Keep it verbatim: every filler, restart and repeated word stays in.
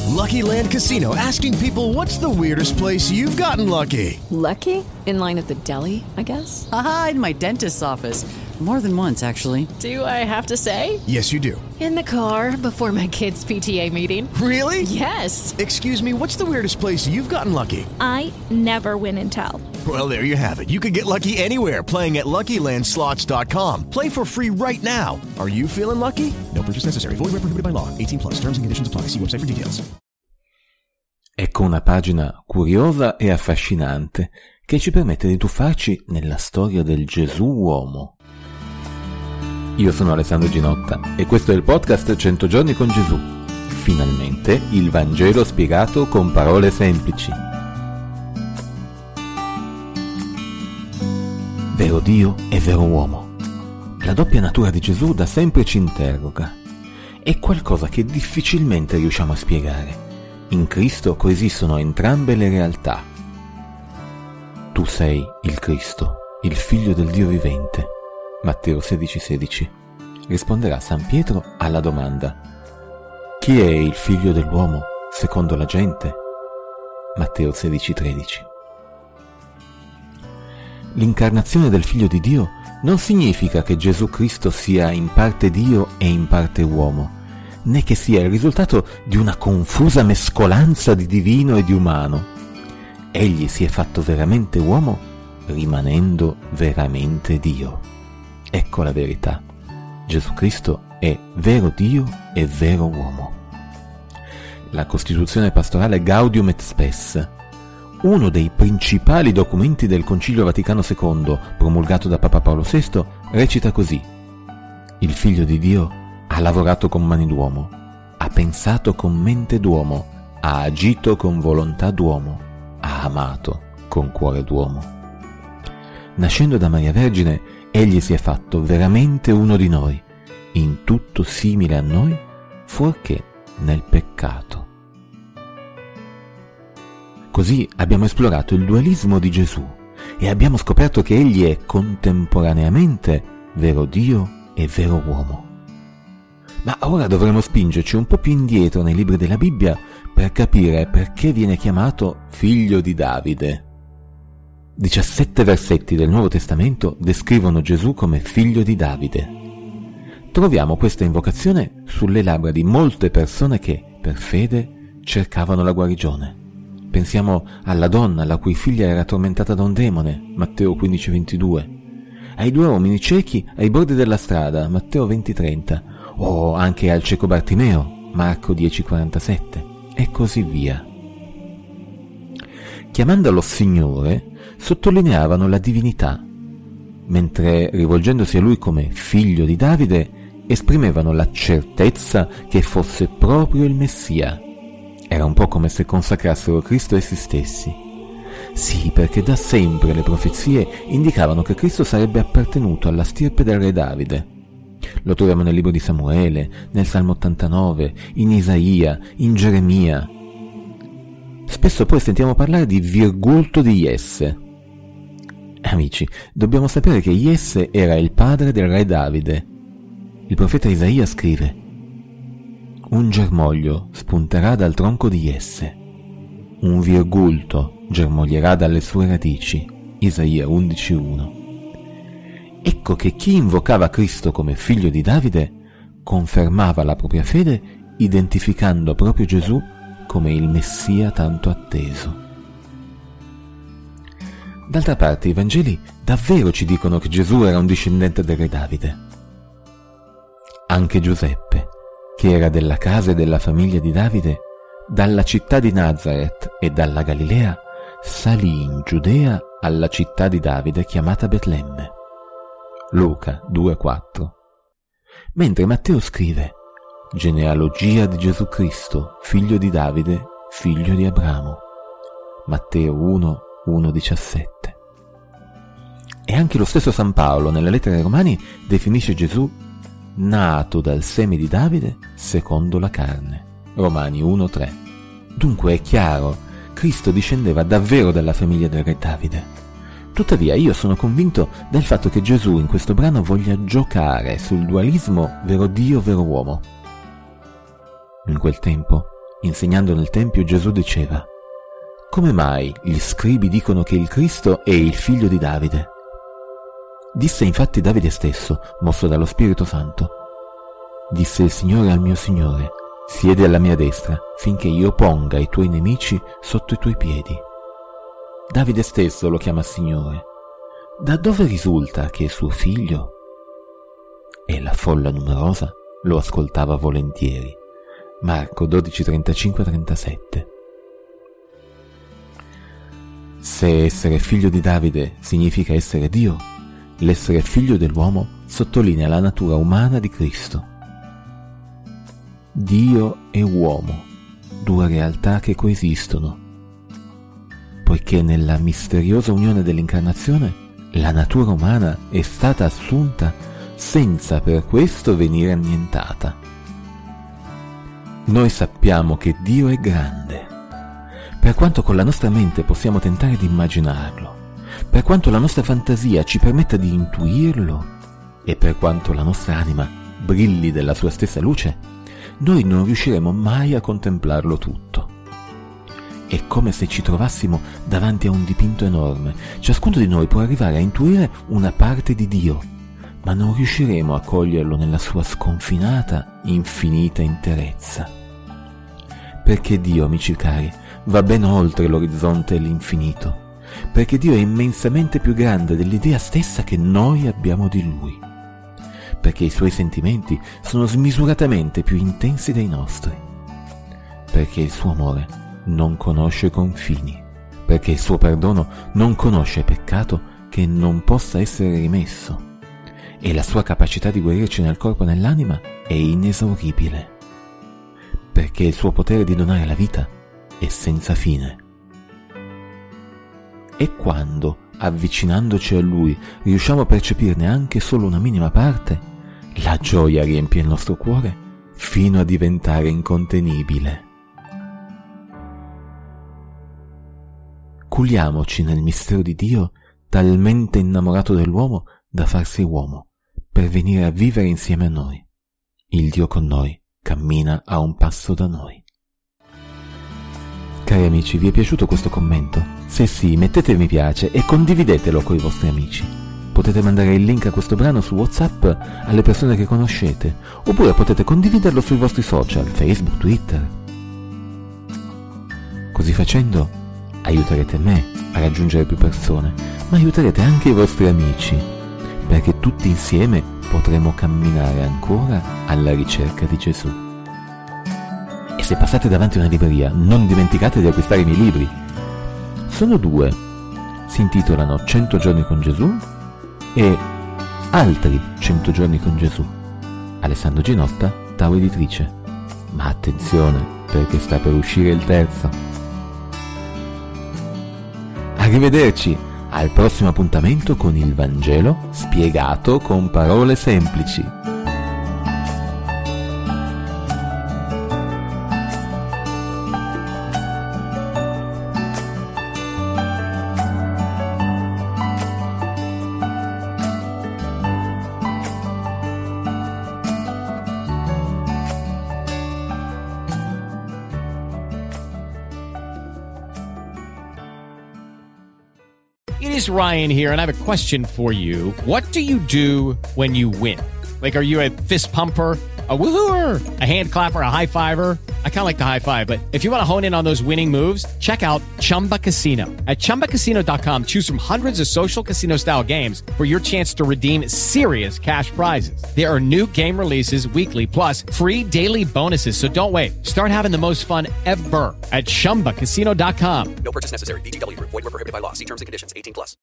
Lucky Land Casino, asking people, what's the weirdest place you've gotten lucky? Lucky? In line at the deli, I guess? Aha, in my dentist's office. More than once, actually. Do I have to say? Yes, you do. In the car before my kids' P T A meeting. Really? Yes. Excuse me, what's the weirdest place you've gotten lucky? I never win and tell. Well, there you have it. You can get lucky anywhere, playing at Lucky Land Slots dot com. Play for free right now. Are you feeling lucky? No purchase necessary. Void where prohibited by law. eighteen plus. Terms and conditions apply. See website for details. Ecco una pagina curiosa e affascinante che ci permette di tuffarci nella storia del Gesù uomo. Io sono Alessandro Ginotta e questo è il podcast cento giorni con Gesù. Finalmente il Vangelo spiegato con parole semplici. Vero Dio e vero uomo. La doppia natura di Gesù da sempre ci interroga. È qualcosa che difficilmente riusciamo a spiegare. In Cristo coesistono entrambe le realtà. Tu sei il Cristo, il Figlio del Dio vivente. Matteo sedici sedici. Risponderà San Pietro alla domanda: chi è il Figlio dell'uomo secondo la gente? Matteo sedici tredici. L'incarnazione del Figlio di Dio non significa che Gesù Cristo sia in parte Dio e in parte uomo, né che sia il risultato di una confusa mescolanza di divino e di umano. Egli si è fatto veramente uomo, rimanendo veramente Dio. Ecco la verità. Gesù Cristo è vero Dio e vero uomo. La Costituzione pastorale Gaudium et Spes, uno dei principali documenti del Concilio Vaticano secondo, promulgato da Papa Paolo sesto, recita così: il Figlio di Dio ha lavorato con mani d'uomo, ha pensato con mente d'uomo, ha agito con volontà d'uomo, ha amato con cuore d'uomo. Nascendo da Maria Vergine, egli si è fatto veramente uno di noi, in tutto simile a noi, fuorché nel peccato. Così abbiamo esplorato il dualismo di Gesù e abbiamo scoperto che egli è contemporaneamente vero Dio e vero uomo. Ma ora dovremo spingerci un po' più indietro nei libri della Bibbia per capire perché viene chiamato figlio di Davide. diciassette versetti del Nuovo Testamento descrivono Gesù come figlio di Davide. Troviamo questa invocazione sulle labbra di molte persone che, per fede, cercavano la guarigione. Pensiamo alla donna la cui figlia era tormentata da un demone, Matteo quindici ventidue, ai due uomini ciechi ai bordi della strada, Matteo venti trenta, o anche al cieco Bartimeo, Marco dieci quarantasette, e così via. Chiamandolo Signore, sottolineavano la divinità, mentre rivolgendosi a lui come figlio di Davide, esprimevano la certezza che fosse proprio il Messia. Era un po' come se consacrassero Cristo essi stessi. Sì, perché da sempre le profezie indicavano che Cristo sarebbe appartenuto alla stirpe del re Davide. Lo troviamo nel libro di Samuele, nel Salmo ottantanove, in Isaia, in Geremia. Spesso poi sentiamo parlare di Virgulto di Jesse. Amici, dobbiamo sapere che Jesse era il padre del re Davide. Il profeta Isaia scrive: un germoglio spunterà dal tronco di Jesse, un virgulto germoglierà dalle sue radici. Isaia undici uno. Ecco che chi invocava Cristo come figlio di Davide confermava la propria fede identificando proprio Gesù come il Messia tanto atteso. D'altra parte i Vangeli davvero ci dicono che Gesù era un discendente del re Davide. Anche Giuseppe, che era della casa e della famiglia di Davide, dalla città di Nazaret e dalla Galilea salì in Giudea alla città di Davide chiamata Betlemme. Luca due quattro. Mentre Matteo scrive: genealogia di Gesù Cristo, figlio di Davide, figlio di Abramo. Matteo uno uno diciassette. E anche lo stesso San Paolo nella lettera ai Romani definisce Gesù nato dal seme di Davide secondo la carne. Romani uno tre. Dunque è chiaro, Cristo discendeva davvero dalla famiglia del re Davide. Tuttavia io sono convinto del fatto che Gesù in questo brano voglia giocare sul dualismo vero Dio, vero uomo. In quel tempo insegnando nel Tempio, Gesù diceva: «Come mai gli scribi dicono che il Cristo è il figlio di Davide?» Disse infatti Davide stesso, mosso dallo Spirito Santo: «Disse il Signore al mio Signore: siedi alla mia destra, finché io ponga i tuoi nemici sotto i tuoi piedi». Davide stesso lo chiama Signore. Da dove risulta che è suo figlio? E la folla numerosa lo ascoltava volentieri. Marco dodici, trentacinque trentasette. Se essere figlio di Davide significa essere Dio, l'essere figlio dell'uomo sottolinea la natura umana di Cristo. Dio e uomo, due realtà che coesistono, poiché nella misteriosa unione dell'incarnazione la natura umana è stata assunta senza per questo venire annientata. Noi sappiamo che Dio è grande, per quanto con la nostra mente possiamo tentare di immaginarlo, per quanto la nostra fantasia ci permetta di intuirlo e per quanto la nostra anima brilli della sua stessa luce, noi non riusciremo mai a contemplarlo tutto. È come se ci trovassimo davanti a un dipinto enorme. Ciascuno di noi può arrivare a intuire una parte di Dio, ma non riusciremo a coglierlo nella sua sconfinata, infinita interezza. Perché Dio, amici cari, va ben oltre l'orizzonte e l'infinito, perché Dio è immensamente più grande dell'idea stessa che noi abbiamo di Lui, perché i Suoi sentimenti sono smisuratamente più intensi dei nostri, perché il Suo amore non conosce confini, perché il Suo perdono non conosce peccato che non possa essere rimesso, e la Sua capacità di guarirci nel corpo e nell'anima è inesauribile, perché il Suo potere di donare la vita è senza fine. E quando, avvicinandoci a Lui, riusciamo a percepirne anche solo una minima parte, la gioia riempie il nostro cuore fino a diventare incontenibile. Culiamoci nel mistero di Dio, talmente innamorato dell'uomo da farsi uomo, per venire a vivere insieme a noi. Il Dio con noi cammina a un passo da noi. Cari amici, vi è piaciuto questo commento? Se sì, mettete mi piace e condividetelo con i vostri amici. Potete mandare il link a questo brano su WhatsApp alle persone che conoscete, oppure potete condividerlo sui vostri social, Facebook, Twitter. Così facendo aiuterete me a raggiungere più persone, ma aiuterete anche i vostri amici, perché tutti insieme potremo camminare ancora alla ricerca di Gesù. E se passate davanti a una libreria, non dimenticate di acquistare i miei libri. Sono due, si intitolano cento giorni con Gesù e Altri cento giorni con Gesù. Alessandro Ginotta, Tau Editrice. Ma attenzione, perché sta per uscire il terzo. Arrivederci al prossimo appuntamento con il Vangelo spiegato con parole semplici. It is Ryan here, and I have a question for you. What do you do when you win? Like, are you a fist pumper, a woohooer, a hand clapper, a high fiver? I kind of like the high five, but if you want to hone in on those winning moves, check out Chumba Casino. At chumba casino dot com, choose from hundreds of social casino style games for your chance to redeem serious cash prizes. There are new game releases weekly, plus free daily bonuses. So don't wait. Start having the most fun ever at chumba casino dot com. No purchase necessary. V G W Group. Void where prohibited by law. See terms and conditions. eighteen plus.